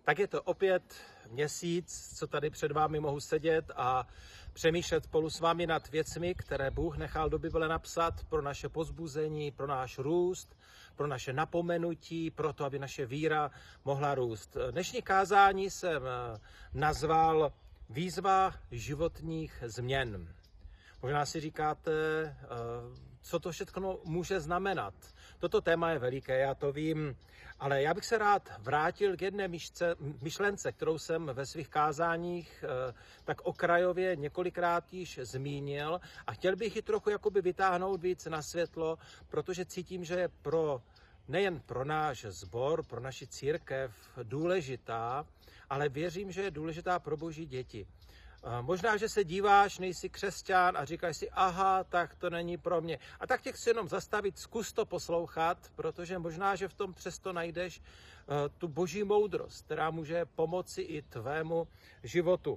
Tak je to opět měsíc, co tady před vámi mohu sedět a přemýšlet spolu s vámi nad věcmi, které Bůh nechal do Bible napsat pro naše povzbuzení, pro náš růst, pro naše napomenutí, pro to, aby naše víra mohla růst. Dnešní kázání jsem nazval Výzva životních změn. Možná si říkáte, co to všechno může znamenat. Toto téma je veliké, já to vím, ale já bych se rád vrátil k jedné myšlence, kterou jsem ve svých kázáních tak okrajově několikrát již zmínil a chtěl bych ji trochu jakoby vytáhnout víc na světlo, protože cítím, že je nejen pro náš sbor, pro naši církev důležitá, ale věřím, že je důležitá pro Boží děti. Možná, že se díváš, nejsi křesťan a říkáš si, aha, tak to není pro mě. A tak tě chci jenom zastavit, zkus to poslouchat, protože možná, že v tom přesto najdeš tu boží moudrost, která může pomoci i tvému životu.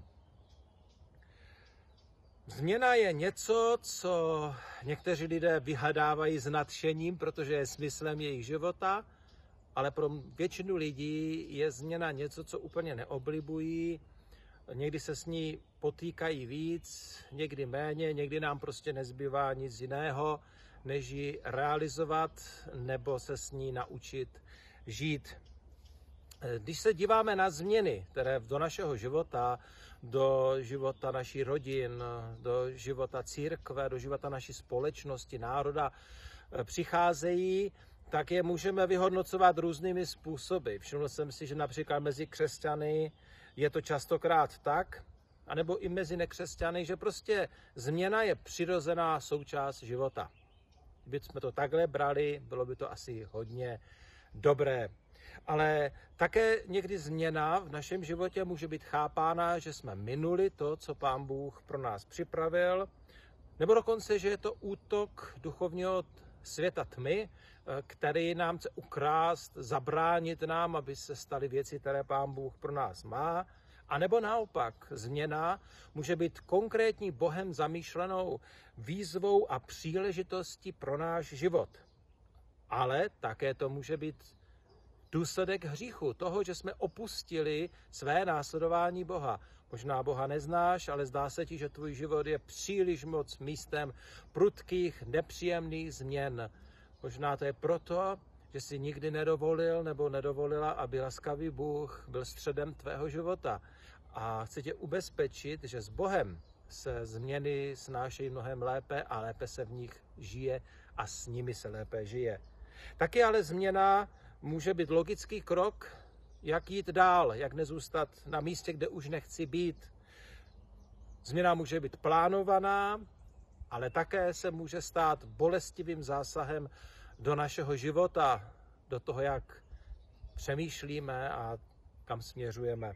Změna je něco, co někteří lidé vyhledávají s nadšením, protože je smyslem jejich života, ale pro většinu lidí je změna něco, co úplně neoblibují. Někdy se s ní potýkají víc, někdy méně, někdy nám prostě nezbývá nic jiného, než ji realizovat nebo se s ní naučit žít. Když se díváme na změny, které do našeho života, do života našich rodin, do života církve, do života naší společnosti, národa přicházejí, tak je můžeme vyhodnocovat různými způsoby. Všiml jsem si, že například mezi křesťany je to častokrát tak, anebo i mezi nekřesťany, že prostě změna je přirozená součást života. Kdybychom to takhle brali, bylo by to asi hodně dobré. Ale také někdy změna v našem životě může být chápána, že jsme minuli to, co Pán Bůh pro nás připravil, nebo dokonce, že je to útok duchovního světa tmy, který nám chce ukrást, zabránit nám, aby se staly věci, které Pán Bůh pro nás má. A nebo naopak, změna může být konkrétní Bohem zamýšlenou výzvou a příležitostí pro náš život. Ale také to může být důsledek hříchu, toho, že jsme opustili své následování Boha. Možná Boha neznáš, ale zdá se ti, že tvůj život je příliš moc místem prudkých, nepříjemných změn. Možná to je proto, že jsi nikdy nedovolil nebo nedovolila, aby laskavý Bůh byl středem tvého života. A chci tě ubezpečit, že s Bohem se změny snášejí mnohem lépe a lépe se v nich žije a s nimi se lépe žije. Taky ale změna může být logický krok, jak jít dál, jak nezůstat na místě, kde už nechci být. Změna může být plánovaná, ale také se může stát bolestivým zásahem do našeho života, do toho, jak přemýšlíme a kam směřujeme.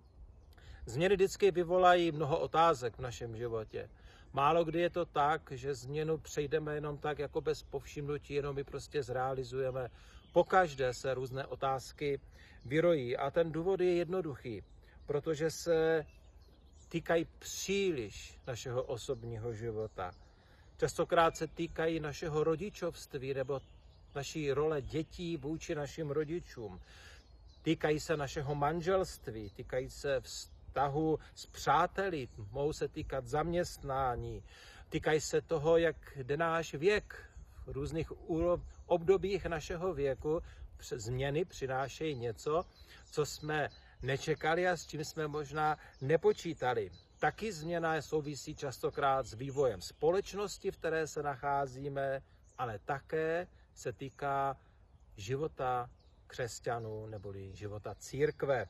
Změny vždycky vyvolají mnoho otázek v našem životě. Málo kdy je to tak, že změnu přejdeme jenom tak, jako bez povšimnutí, jenom ji prostě zrealizujeme. Pokaždé se různé otázky vyrojí a ten důvod je jednoduchý, protože se týkají příliš našeho osobního života. Častokrát se týkají našeho rodičovství nebo naší role dětí vůči našim rodičům. Týkají se našeho manželství, týkají se vztahu s přáteli, mohou se týkat zaměstnání, týkají se toho, jak jde náš věk. V různých obdobích našeho věku změny přinášejí něco, co jsme nečekali a s čím jsme možná nepočítali. Taky změna souvisí častokrát s vývojem společnosti, v které se nacházíme, ale také se týká života křesťanů neboli života církve.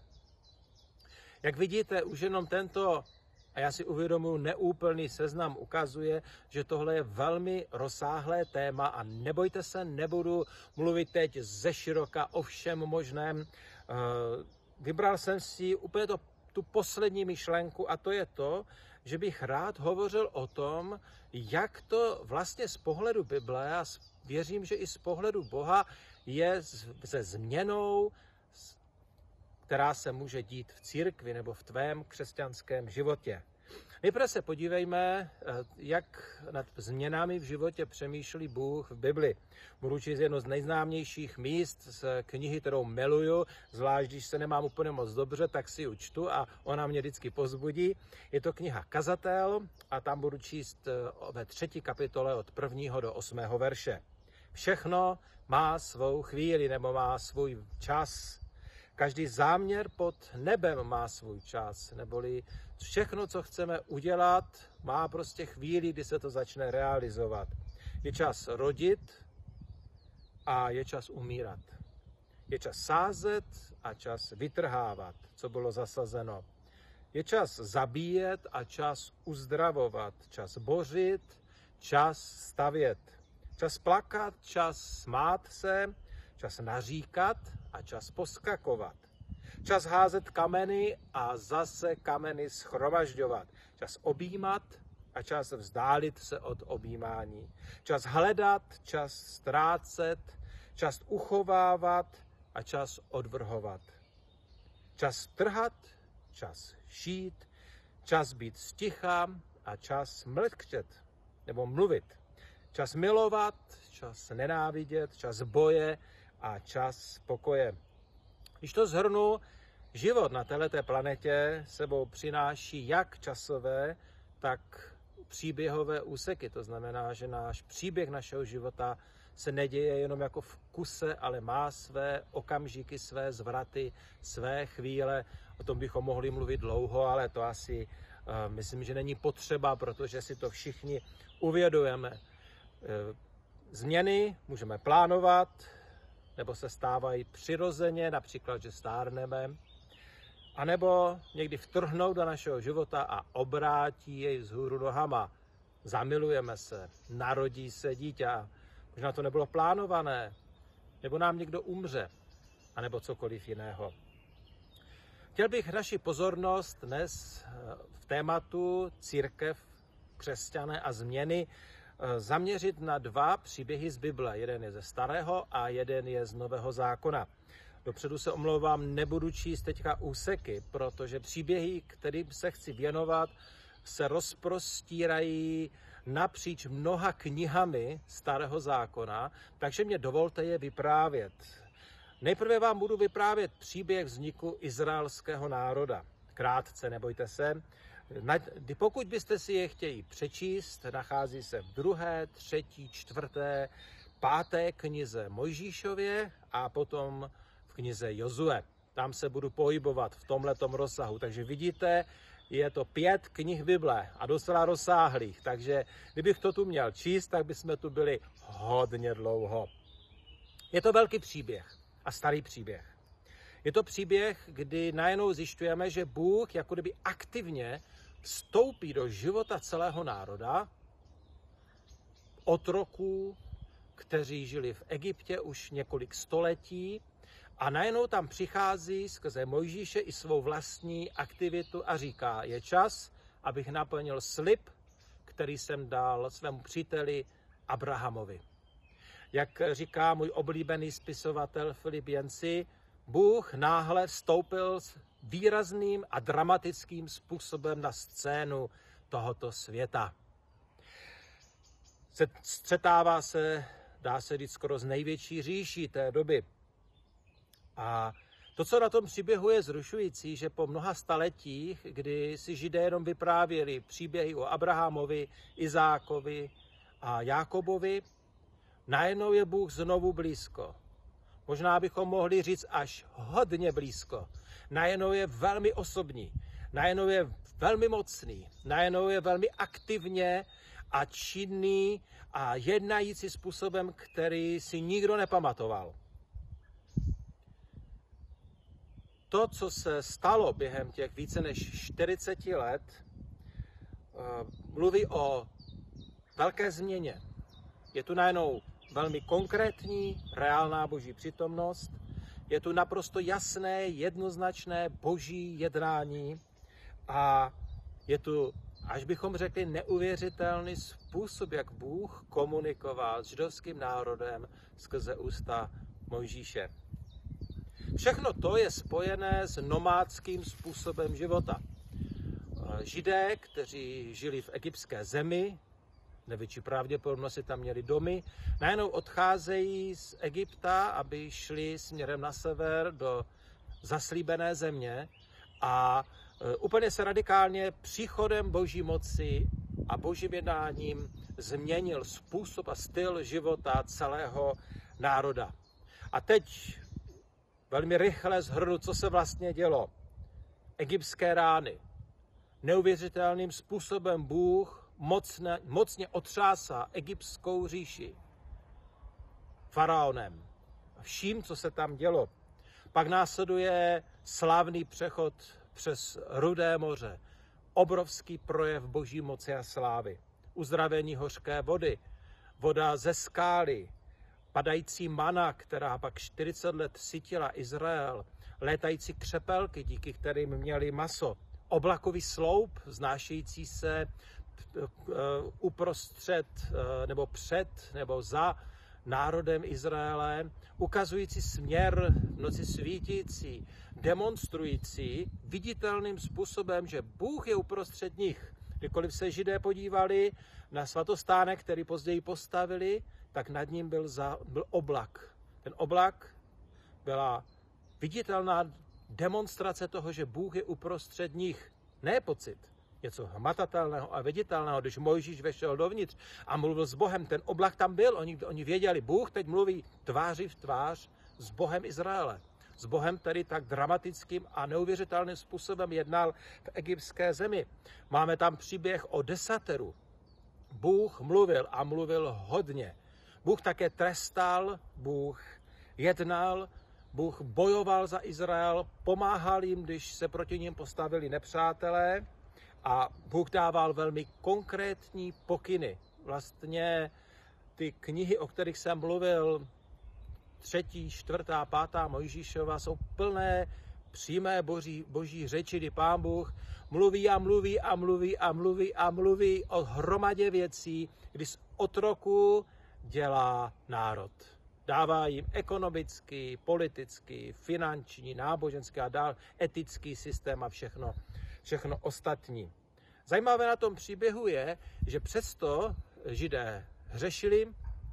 Jak vidíte, už jenom tento, a já si uvědomuji, neúplný seznam ukazuje, že tohle je velmi rozsáhlé téma a nebojte se, nebudu mluvit teď ze široka o všem možném. Vybral jsem si úplně tu poslední myšlenku a to je to, že bych rád hovořil o tom, jak to vlastně z pohledu Bible a věřím, že i z pohledu Boha je se změnou, která se může dít v církvi nebo v tvém křesťanském životě. Nejprve se podívejme, jak nad změnami v životě přemýšlí Bůh v Bibli. Budu číst jedno z nejznámějších míst z knihy, kterou miluju, zvlášť když se nemám úplně moc dobře, tak si ji čtu a ona mě vždycky povzbudí. Je to kniha Kazatel a tam budu číst ve 3. kapitole od 1. do 8. verše. Všechno má svou chvíli nebo má svůj čas. Každý záměr pod nebem má svůj čas, neboli všechno, co chceme udělat, má prostě chvíli, kdy se to začne realizovat. Je čas rodit a je čas umírat. Je čas sázet a čas vytrhávat, co bylo zasazeno. Je čas zabíjet a čas uzdravovat, čas bořit, čas stavět. Čas plakat, čas smát se, čas naříkat a čas poskakovat. Čas házet kameny a zase kameny shromažďovat. Čas objímat a čas vzdálit se od objímání. Čas hledat, čas ztrácet, čas uchovávat a čas odvrhovat. Čas trhat, čas šít, čas být sticha a čas mlčet nebo mluvit. Čas milovat, čas nenávidět, čas boje a čas pokoje. Když to shrnu, život na této planetě sebou přináší jak časové, tak příběhové úseky. To znamená, že náš příběh našeho života se neděje jenom jako v kuse, ale má své okamžiky, své zvraty, své chvíle. O tom bychom mohli mluvit dlouho, ale to asi myslím, že není potřeba, protože si to všichni uvědomujeme. Změny můžeme plánovat, nebo se stávají přirozeně, například, že stárneme, anebo někdy vtrhnou do našeho života a obrátí jej vzhůru nohama. Zamilujeme se, narodí se dítě, možná to nebylo plánované, nebo nám někdo umře, anebo cokoliv jiného. Chtěl bych naši pozornost dnes v tématu církev, křesťané a změny zaměřit na 2 příběhy z Bible. Jeden je ze Starého a jeden je z Nového zákona. Dopředu se omlouvám, nebudu číst teďka úseky, protože příběhy, kterým se chci věnovat, se rozprostírají napříč mnoha knihami Starého zákona, takže mě dovolte je vyprávět. Nejprve vám budu vyprávět příběh vzniku izraelského národa. Krátce, nebojte se. Pokud byste si je chtěli přečíst, nachází se v 2., 3., 4., 5. knize Mojžíšově a potom v knize Jozue. Tam se budu pohybovat v tomhletom rozsahu. Takže vidíte, je to 5 knih Bible a docela rozsáhlých. Takže kdybych to tu měl číst, tak bychom tu byli hodně dlouho. Je to velký příběh a starý příběh. Je to příběh, kdy najednou zjišťujeme, že Bůh jako kdyby aktivně vstoupí do života celého národa, otroků, kteří žili v Egyptě už několik století a najednou tam přichází skrze Mojžíše i svou vlastní aktivitu a říká, je čas, abych naplnil slib, který jsem dal svému příteli Abrahamovi. Jak říká můj oblíbený spisovatel Filip Yancey, Bůh náhle vstoupil s výrazným a dramatickým způsobem na scénu tohoto světa. Střetává se, dá se říct, skoro z největší říší té doby. A to, co na tom příběhu je zrušující, že po mnoha staletích, kdy si Židé jenom vyprávěli příběhy o Abrahamovi, Izákovi a Jákobovi, najednou je Bůh znovu blízko. Možná bychom mohli říct až hodně blízko. Najednou je velmi osobní, najednou je velmi mocný, najednou je velmi aktivně a činný a jednající způsobem, který si nikdo nepamatoval. To, co se stalo během těch více než 40 let, mluví o velké změně. Je tu najednou velmi konkrétní, reálná boží přítomnost, je tu naprosto jasné, jednoznačné boží jednání a je tu, až bychom řekli, neuvěřitelný způsob, jak Bůh komunikoval s židovským národem skrze ústa Mojžíše. Všechno to je spojené s nomádským způsobem života. Židé, kteří žili v egyptské zemi, největší pravděpodobnosti tam měli domy, najednou odcházejí z Egypta, aby šli směrem na sever do zaslíbené země a úplně se radikálně příchodem Boží moci a Božím jednáním změnil způsob a styl života celého národa. A teď velmi rychle shrnu, co se vlastně dělo. Egyptské rány. Neuvěřitelným způsobem Bůh mocně otřásá egyptskou říši faraonem a vším, co se tam dělo. Pak následuje slavný přechod přes Rudé moře, obrovský projev Boží moci a slávy, uzdravení hořké vody, voda ze skály, padající mana, která pak 40 let sytila Izrael, létající křepelky, díky kterým měli maso, oblakový sloup, vznášející se uprostřed nebo před nebo za národem Izraele, ukazující směr v noci svítící, demonstrující viditelným způsobem, že Bůh je uprostřed nich. Kdykoliv se Židé podívali na svatostánek, který později postavili, tak nad ním byl oblak. Ten oblak byla viditelná demonstrace toho, že Bůh je uprostřed nich. Ne pocit, něco hmatatelného a viditelného. Když Mojžíš vešel dovnitř a mluvil s Bohem, ten oblak tam byl, oni věděli, Bůh teď mluví tváří v tvář s Bohem Izraele. S Bohem, který tak dramatickým a neuvěřitelným způsobem jednal v egyptské zemi. Máme tam příběh o desateru. Bůh mluvil a mluvil hodně. Bůh také trestal, Bůh jednal, Bůh bojoval za Izrael, pomáhal jim, když se proti ním postavili nepřátelé a Bůh dával velmi konkrétní pokyny. Vlastně ty knihy, o kterých jsem mluvil, 3., 4., 5. Mojžíšova, jsou plné přímé boží řeči, kdy Pán Bůh mluví a mluví a mluví a mluví a mluví o hromadě věcí, kdy z otroku dělá národ. Dává jim ekonomický, politický, finanční, náboženský a dál etický systém a všechno ostatní. Zajímavé na tom příběhu je, že přesto Židé hřešili,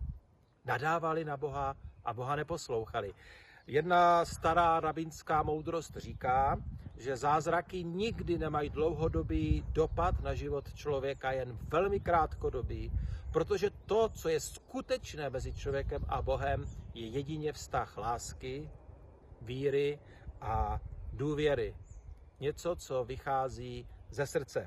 nadávali na Boha a Boha neposlouchali. Jedna stará rabinská moudrost říká, že zázraky nikdy nemají dlouhodobý dopad na život člověka, jen velmi krátkodobý, protože to, co je skutečné mezi člověkem a Bohem, je jedině vztah lásky, víry a důvěry. Něco, co vychází ze srdce.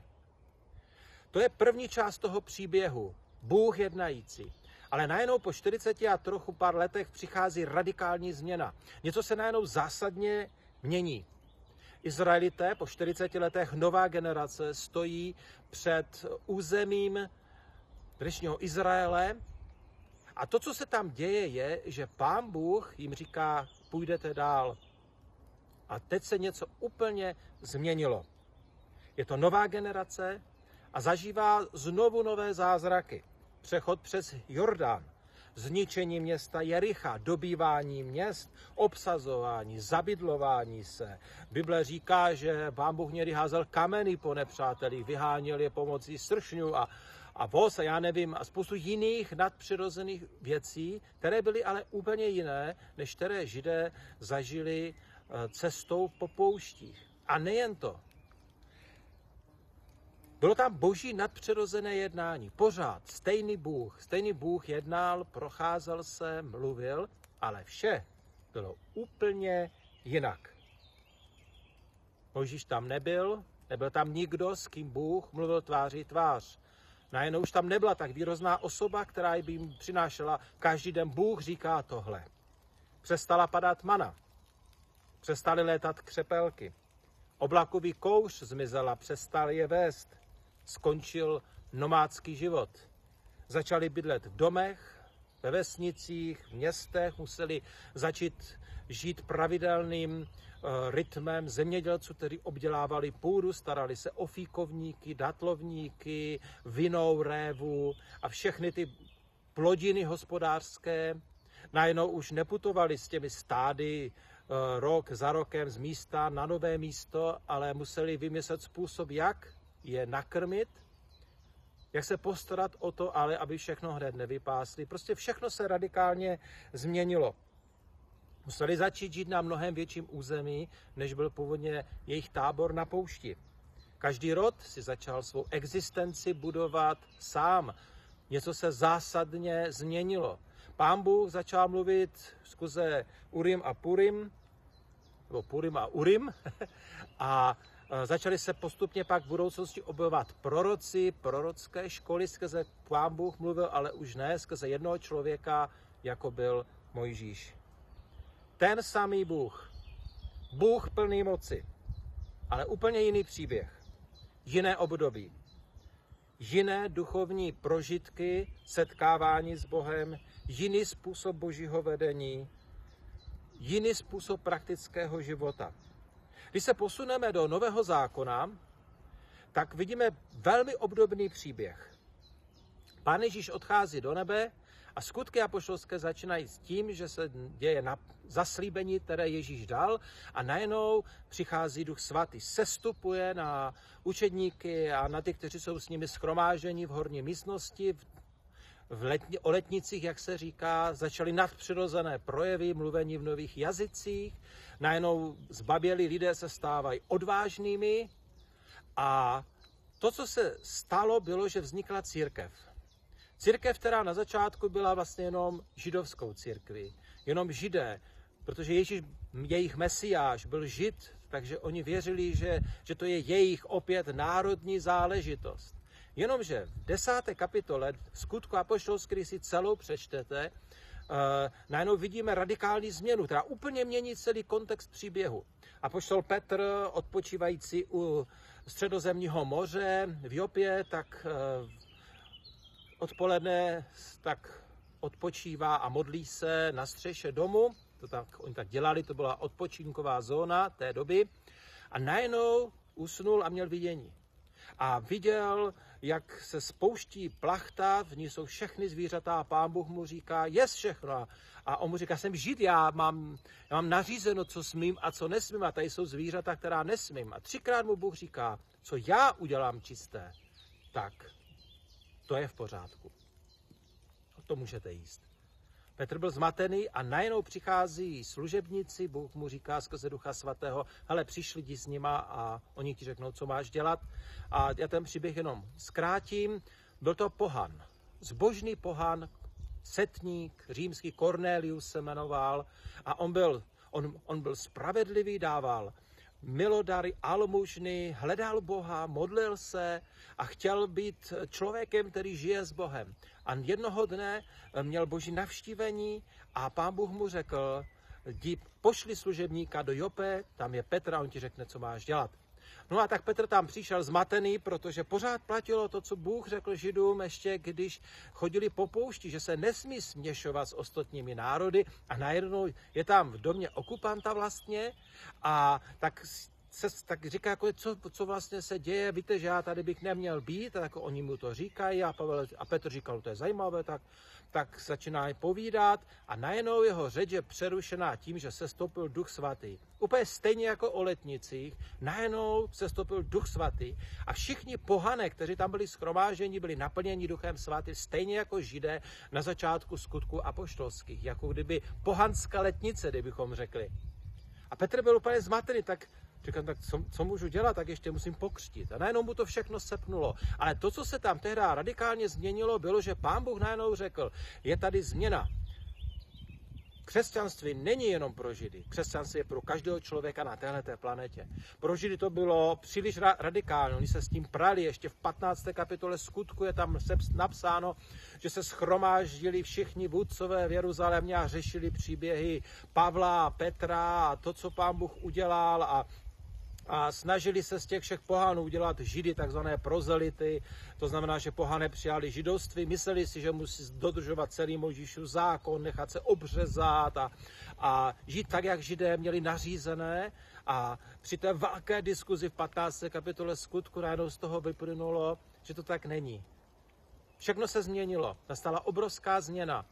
To je první část toho příběhu. Bůh jednající. Ale najednou po 40 a trochu pár letech přichází radikální změna. Něco se najednou zásadně mění. Izraelité po 40 letech, nová generace, stojí před územím dnešního Izraele. A to, co se tam děje, je, že Pán Bůh jim říká, půjdete dál. A teď se něco úplně změnilo. Je to nová generace a zažívá znovu nové zázraky. Přechod přes Jordán, zničení města Jericha, dobývání měst, obsazování, zabydlování se. Bible říká, že Pán Bůh někdy házel kameny po nepřátelích, vyháněl je pomocí sršňů a voz a já nevím, a spoustu jiných nadpřirozených věcí, které byly ale úplně jiné, než které Židé zažili cestou po pouštích. A nejen to. Bylo tam boží nadpřirozené jednání. Pořád stejný Bůh jednal, procházel se, mluvil, ale vše bylo úplně jinak. Mojžíš tam nebyl tam nikdo, s kým Bůh mluvil tváří tvář. Najednou už tam nebyla tak výrazná osoba, která by jim přinášela každý den Bůh říká tohle. Přestala padat mana. Přestaly létat křepelky. Oblakový kouř zmizela, přestal je vést. Skončil nomádský život. Začali bydlet v domech, ve vesnicích, v městech, museli začít žít pravidelným rytmem zemědělců, kteří obdělávali půdu, starali se o fíkovníky, datlovníky, vinou, révu a všechny ty plodiny hospodářské. Najednou už neputovali s těmi stády rok za rokem z místa na nové místo, ale museli vymyslet způsob, jak je nakrmit, jak se postarat o to, ale aby všechno hned nevypásli. Prostě všechno se radikálně změnilo. Museli začít žít na mnohem větším území, než byl původně jejich tábor na poušti. Každý rod si začal svou existenci budovat sám. Něco se zásadně změnilo. Pán Bůh začal mluvit skrze Urim a Purim, nebo Purim a Urim, a začali se postupně pak v budoucnosti objevovat proroci, prorocké školy, skrze Pán Bůh mluvil, ale už ne skrze jednoho člověka, jako byl Mojžíš. Ten samý Bůh, Bůh plný moci, ale úplně jiný příběh, jiné období, jiné duchovní prožitky, setkávání s Bohem, jiný způsob božího vedení, jiný způsob praktického života. Když se posuneme do Nového zákona, tak vidíme velmi obdobný příběh. Pán Ježíš odchází do nebe a skutky apoštolské začínají s tím, že se děje na zaslíbení, které Ježíš dal, a najednou přichází Duch Svatý, sestupuje na učedníky a na ty, kteří jsou s nimi shromáženi v horní místnosti, o letnicích, jak se říká, začaly nadpřirozené projevy, mluvení v nových jazycích, najednou zbabělí lidé se stávají odvážnými a to, co se stalo, bylo, že vznikla církev. Církev, která na začátku byla vlastně jenom židovskou církví, jenom židé, protože Ježíš, jejich mesiáš, byl žid, takže oni věřili, že to je jejich opět národní záležitost. Jenomže v 10. kapitole Skutku apoštolských, když si celou přečtete, najednou vidíme radikální změnu, která úplně mění celý kontext příběhu. Apoštol Petr, odpočívající u Středozemního moře v Jopě, tak odpoledne tak odpočívá a modlí se na střeše domu. Oni tak dělali, to byla odpočinková zóna té doby. A najednou usnul a měl vidění. A viděl, jak se spouští plachta, v ní jsou všechny zvířata a Pán Bůh mu říká, jest všechno. A on mu říká, jsem žid, já mám nařízeno, co smím a co nesmím, a tady jsou zvířata, která nesmím. A 3krát mu Bůh říká, co já udělám čisté, tak to je v pořádku. To můžete jíst. Petr byl zmatený a najednou přichází služebníci, Bůh mu říká skrze Ducha Svatého, hele, přišli jdi s nima a oni ti řeknou, co máš dělat. A já ten příběh jenom zkrátím. Byl to pohan, zbožný pohan, setník, římský Cornelius se jmenoval a on byl spravedlivý, dával milodary, almužny, hledal Boha, modlil se a chtěl být člověkem, který žije s Bohem. A jednoho dne měl boží navštívení a Pán Bůh mu řekl, jdi, pošli služebníka do Jope, tam je Petr a on ti řekne, co máš dělat. No a tak Petr tam přišel zmatený, protože pořád platilo to, co Bůh řekl Židům ještě, když chodili po poušti, že se nesmí směšovat s ostatními národy a najednou je tam v domě okupanta vlastně a tak říká, jako, co vlastně se děje, víte, že já tady bych neměl být, a tak oni mu to říkají a Petr říkal, to je zajímavé, tak začíná povídat a najednou jeho řeč je přerušená tím, že se stoupil Duch Svatý. Úplně stejně jako o letnicích, najednou se stoupil Duch Svatý a všichni pohané, kteří tam byli shromáženi, byli naplněni Duchem Svatým, stejně jako Židé na začátku Skutků apoštolských, jako kdyby pohanská letnice, kdybychom řekli. A Petr byl úplně zmatený, tak říkám, tak co můžu dělat, tak ještě musím pokřtít. A najednou mu to všechno sepnulo. Ale to, co se tam tehdy radikálně změnilo, bylo, že Pán Bůh najednou řekl, je tady změna. Křesťanství není jenom pro Židy. Křesťanství je pro každého člověka na téhleté planetě. Pro Židy to bylo příliš radikální. Oni se s tím prali. Ještě v 15. kapitole Skutku je tam napsáno, že se shromáždili všichni vůdcové v Jeruzalémě a řešili příběhy Pavla a Petra a to, co Pán Bůh udělal a snažili se z těch všech pohanů udělat Židy, takzvané prozelity. To znamená, že pohané přijali židovství, mysleli si, že musí dodržovat celý Mojžíšův zákon, nechat se obřezat a žít tak, jak Židé měli nařízené. A při té velké diskuzi v 15. kapitole Skutku najednou z toho vyplynulo, že to tak není. Všechno se změnilo, nastala obrovská změna.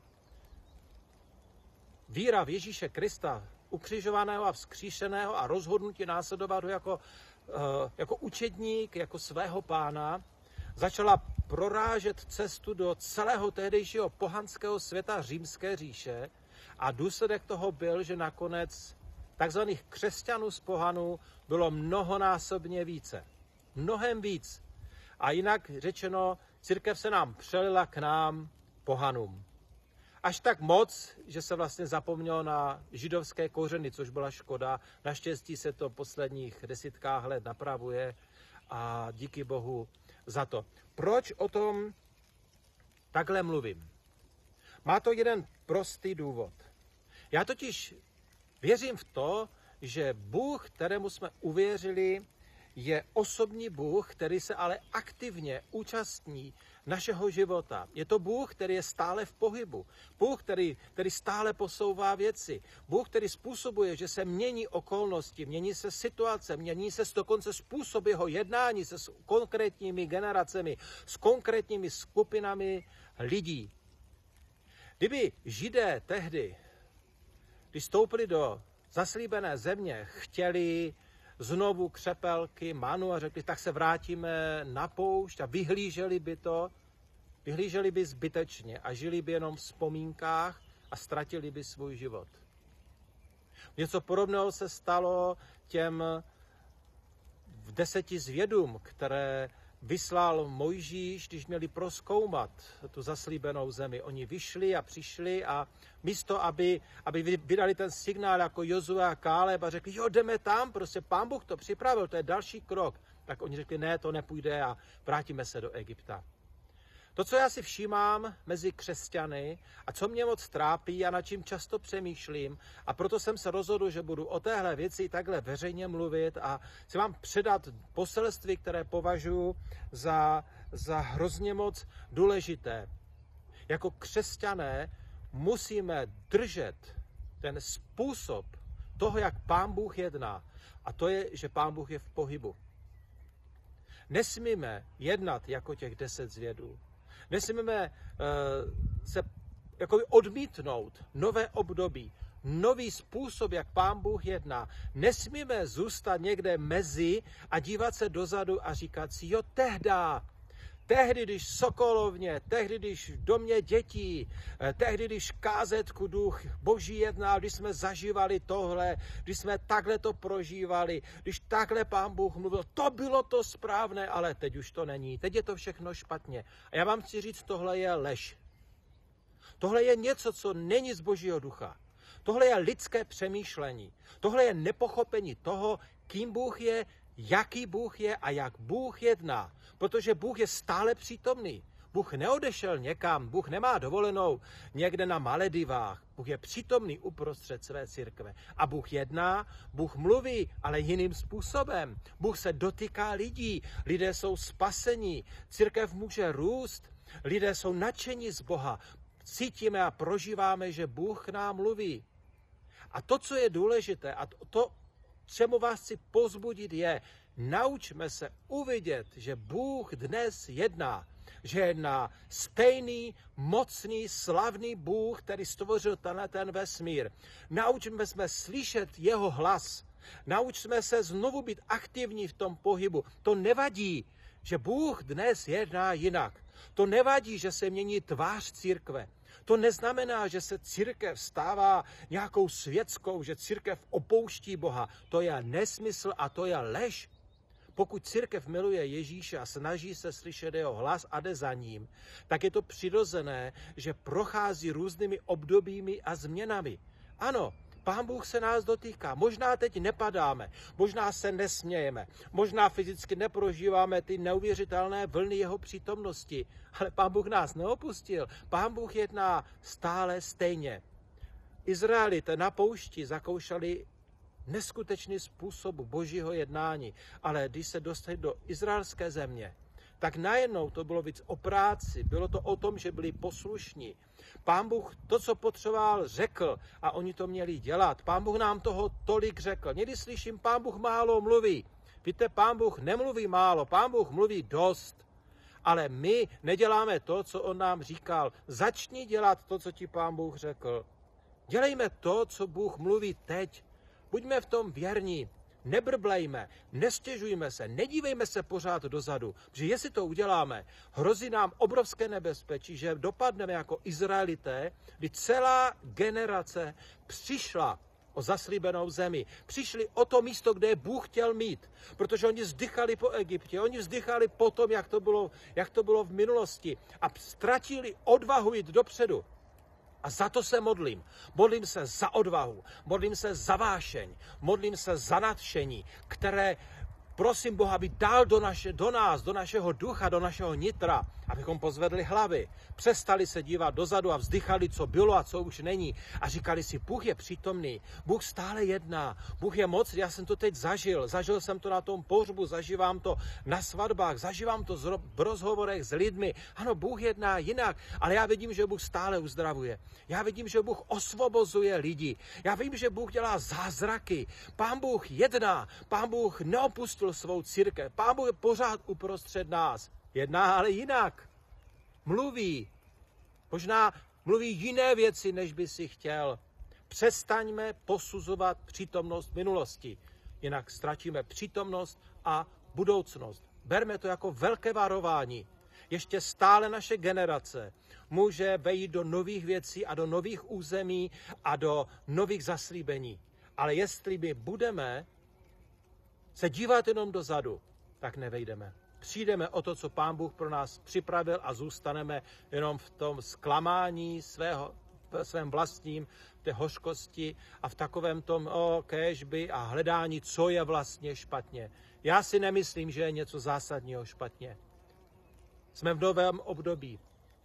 Víra v Ježíše Krista, ukřižovaného a vzkříšeného a rozhodnutí následovat ho jako jako učedník, jako svého pána, začala prorážet cestu do celého tehdejšího pohanského světa Římské říše a důsledek toho byl, že nakonec takzvaných křesťanů z pohanů bylo mnohonásobně více. Mnohem víc. A jinak řečeno, církev se nám přelila k nám pohanům. Až tak moc, že se vlastně zapomnělo na židovské kořeny, což byla škoda. Naštěstí se to v posledních desítkách let napravuje a díky Bohu za to. Proč o tom takhle mluvím? Má to jeden prostý důvod. Já totiž věřím v to, že Bůh, kterému jsme uvěřili, je osobní Bůh, který se ale aktivně účastní našeho života. Je to Bůh, který je stále v pohybu. Bůh, který stále posouvá věci. Bůh, který způsobuje, že se mění okolnosti, mění se situace, mění se dokonce způsob jeho jednání se s konkrétními generacemi, s konkrétními skupinami lidí. Kdyby Židé tehdy, když stoupili do zaslíbené země, chtěli znovu křepelky, manu a řekli, tak se vrátíme na poušť a vyhlíželi by zbytečně a žili by jenom v vzpomínkách a ztratili by svůj život. Něco podobného se stalo těm 10 zvědům, které vyslal Mojžíš, když měli prozkoumat tu zaslíbenou zemi. Oni vyšli a přišli a místo, aby vydali ten signál jako Jozue a Káleb a řekli, jo, jdeme tam, prostě Pán Bůh to připravil, to je další krok. Tak oni řekli, ne, to nepůjde a vrátíme se do Egypta. To, co já si všímám mezi křesťany a co mě moc trápí a nad čím často přemýšlím, a proto jsem se rozhodl, že budu o téhle věci takhle veřejně mluvit a chci vám předat poselství, které považuji za hrozně moc důležité. Jako křesťané musíme držet ten způsob toho, jak Pán Bůh jedná. A to je, že Pán Bůh je v pohybu. Nesmíme jednat jako těch 10 zvědů. Nesmíme se odmítnout nové období, nový způsob, jak Pán Bůh jedná. Nesmíme zůstat někde mezi a dívat se dozadu a říkat si, jo, tehdy, když Sokolovně, tehdy, když v domě dětí, tehdy, když Kázetku Duch Boží jednal, když jsme zažívali tohle, když jsme takhle to prožívali, když takhle Pán Bůh mluvil, to bylo to správné, ale teď už to není, teď je to všechno špatně. A já vám chci říct, tohle je lež. Tohle je něco, co není z Božího ducha. Tohle je lidské přemýšlení. Tohle je nepochopení toho, kým Bůh je, jaký Bůh je a jak Bůh jedná. Protože Bůh je stále přítomný. Bůh neodešel někam, Bůh nemá dovolenou někde na Maledivách. Bůh je přítomný uprostřed své církve. A Bůh jedná, Bůh mluví, ale jiným způsobem. Bůh se dotýká lidí, lidé jsou spasení, církev může růst, lidé jsou nadšení z Boha. Cítíme a prožíváme, že Bůh nám mluví. A to, co je důležité, a to, čemu vás chci povzbudit, je, naučme se uvidět, že Bůh dnes jedná. Že jedná stejný, mocný, slavný Bůh, který stvořil ten vesmír. Naučme se slyšet jeho hlas. Naučme se znovu být aktivní v tom pohybu. To nevadí, že Bůh dnes jedná jinak. To nevadí, že se mění tvář církve. To neznamená, že se církev stává nějakou světskou, že církev opouští Boha. To je nesmysl a to je lež. Pokud církev miluje Ježíše a snaží se slyšet jeho hlas a jde za ním, tak je to přirozené, že prochází různými obdobími a změnami. Ano, Pán Bůh se nás dotýká. Možná teď nepadáme, možná se nesmějeme, možná fyzicky neprožíváme ty neuvěřitelné vlny jeho přítomnosti, ale Pán Bůh nás neopustil. Pán Bůh jedná stále stejně. Izraelité na poušti zakoušeli neskutečný způsob Božího jednání, ale když se dostali do izraelské země, tak najednou to bylo víc o práci, bylo to o tom, že byli poslušní. Pán Bůh to, co potřeboval, řekl a oni to měli dělat. Pán Bůh nám toho tolik řekl. Někdy slyším, Pán Bůh málo mluví. Víte, Pán Bůh nemluví málo, Pán Bůh mluví dost. Ale my neděláme to, co on nám říkal. Začni dělat to, co ti Pán Bůh řekl. Dělejme to, co Bůh mluví teď. Buďme v tom věrní. nebrblejme, nestěžujme se, nedívejme se pořád dozadu, protože jestli to uděláme, hrozí nám obrovské nebezpečí, že dopadneme jako Izraelité, kdy celá generace přišla o zaslíbenou zemi. Přišli o to místo, kde je Bůh chtěl mít, protože oni vzdychali po Egyptě, oni vzdychali po tom, jak to bylo v minulosti a ztratili odvahu jít dopředu. A za to se modlím. Modlím se za odvahu, modlím se za vášeň, modlím se za nadšení, které prosím Boha, aby dal do nás, do našeho ducha, do našeho nitra, abychom pozvedli hlavy, přestali se dívat dozadu a vzdychali, co bylo a co už není. A říkali si, Bůh je přítomný, Bůh stále jedná, Bůh je moc, já jsem to teď zažil jsem to na tom pohřbu, zažívám to na svatbách, zažívám to v rozhovorech s lidmi. Ano, Bůh jedná jinak, ale já vidím, že Bůh stále uzdravuje. Já vidím, že Bůh osvobozuje lidi. Já vím, že Bůh dělá zázraky. Pán Bůh jedná, Pán Bůh neopustil svou církev. Pán Bůh je pořád uprostřed nás. Jedná ale jinak. Mluví. Možná mluví jiné věci, než by si chtěl. Přestaňme posuzovat přítomnost minulosti. Jinak ztratíme přítomnost a budoucnost. Berme to jako velké varování. Ještě stále naše generace může vejít do nových věcí a do nových území a do nových zaslíbení. Ale jestli my budeme se dívat jenom dozadu, tak nevejdeme. Přijdeme o to, co Pán Bůh pro nás připravil a zůstaneme jenom v tom zklamání svém vlastním, v té hořkosti a v takovém tom kéžby a hledání, co je vlastně špatně. Já si nemyslím, že je něco zásadního špatně. Jsme v novém období.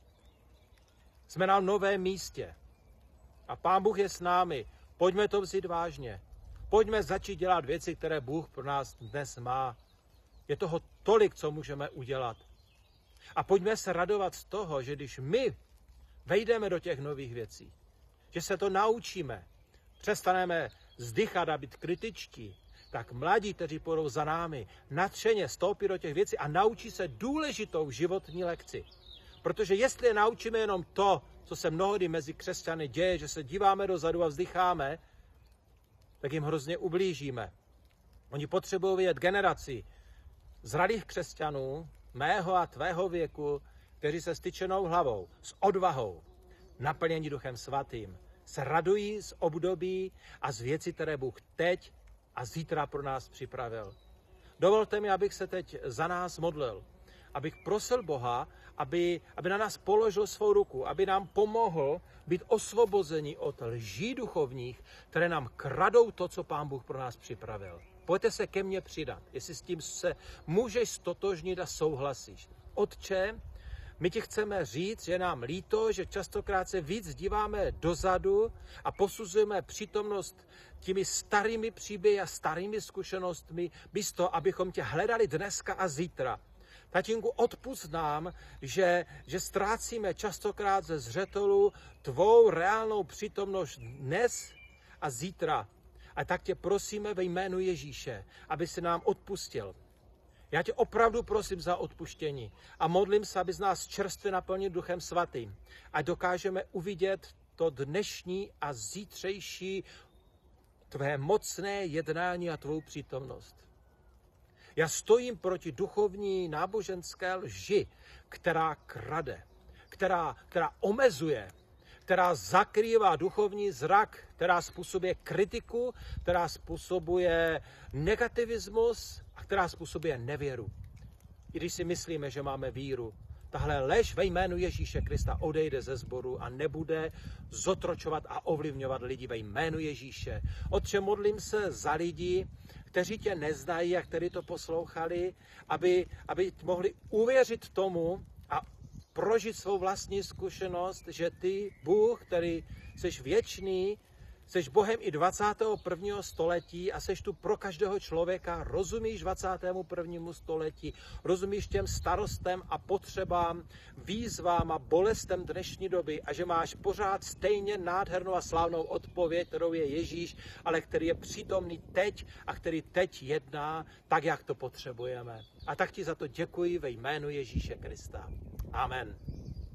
Jsme na novém místě. A Pán Bůh je s námi. Pojďme to vzít vážně. Pojďme začít dělat věci, které Bůh pro nás dnes má. Je toho tolik, co můžeme udělat. A pojďme se radovat z toho, že když my vejdeme do těch nových věcí, že se to naučíme, přestaneme vzdychat a být kritičtí, tak mladí, kteří půjdou za námi, nadšeně vstoupí do těch věcí a naučí se důležitou životní lekci. Protože jestli je naučíme jenom to, co se mnohdy mezi křesťany děje, že se díváme dozadu a vzdycháme, tak jim hrozně ublížíme. Oni potřebují vidět generaci zralých křesťanů, mého a tvého věku, kteří se styčenou hlavou, s odvahou, naplnění Duchem Svatým, se radují z období a z věcí, které Bůh teď a zítra pro nás připravil. Dovolte mi, abych se teď za nás modlil, abych prosil Boha, aby na nás položil svou ruku, aby nám pomohl být osvobozeni od lží duchovních, které nám kradou to, co Pán Bůh pro nás připravil. Pojďte se ke mně přidat, jestli s tím se můžeš stotožnit a souhlasíš. Otče, my ti chceme říct, že nám líto, že častokrát se víc díváme dozadu a posuzujeme přítomnost těmi starými příběhy a starými zkušenostmi, místo abychom tě hledali dneska a zítra. Tatínku, odpusť nám, že ztrácíme častokrát ze zřetelu tvou reálnou přítomnost dnes a zítra. A tak tě prosíme ve jménu Ježíše, aby si nám odpustil. Já tě opravdu prosím za odpuštění a modlím se, aby z nás čerstvě naplnil Duchem Svatým. A dokážeme uvidět to dnešní a zítřejší tvé mocné jednání a tvou přítomnost. Já stojím proti duchovní náboženské lži, která krade, která omezuje, která zakrývá duchovní zrak, která způsobuje kritiku, která způsobuje negativismus a která způsobuje nevěru. I když si myslíme, že máme víru, tahle lež ve jménu Ježíše Krista odejde ze sboru a nebude zotročovat a ovlivňovat lidi ve jménu Ježíše. Otče, modlím se za lidi, kteří tě neznají a kteří to poslouchali, aby mohli uvěřit tomu a prožít svou vlastní zkušenost, že ty, Bůh, který jsi věčný, jsi Bohem i 21. století a jsi tu pro každého člověka, rozumíš 21. století, rozumíš těm starostem a potřebám, výzvám a bolestem dnešní doby a že máš pořád stejně nádhernou a slávnou odpověď, kterou je Ježíš, ale který je přítomný teď a který teď jedná tak, jak to potřebujeme. A tak ti za to děkuji ve jménu Ježíše Krista. Amen.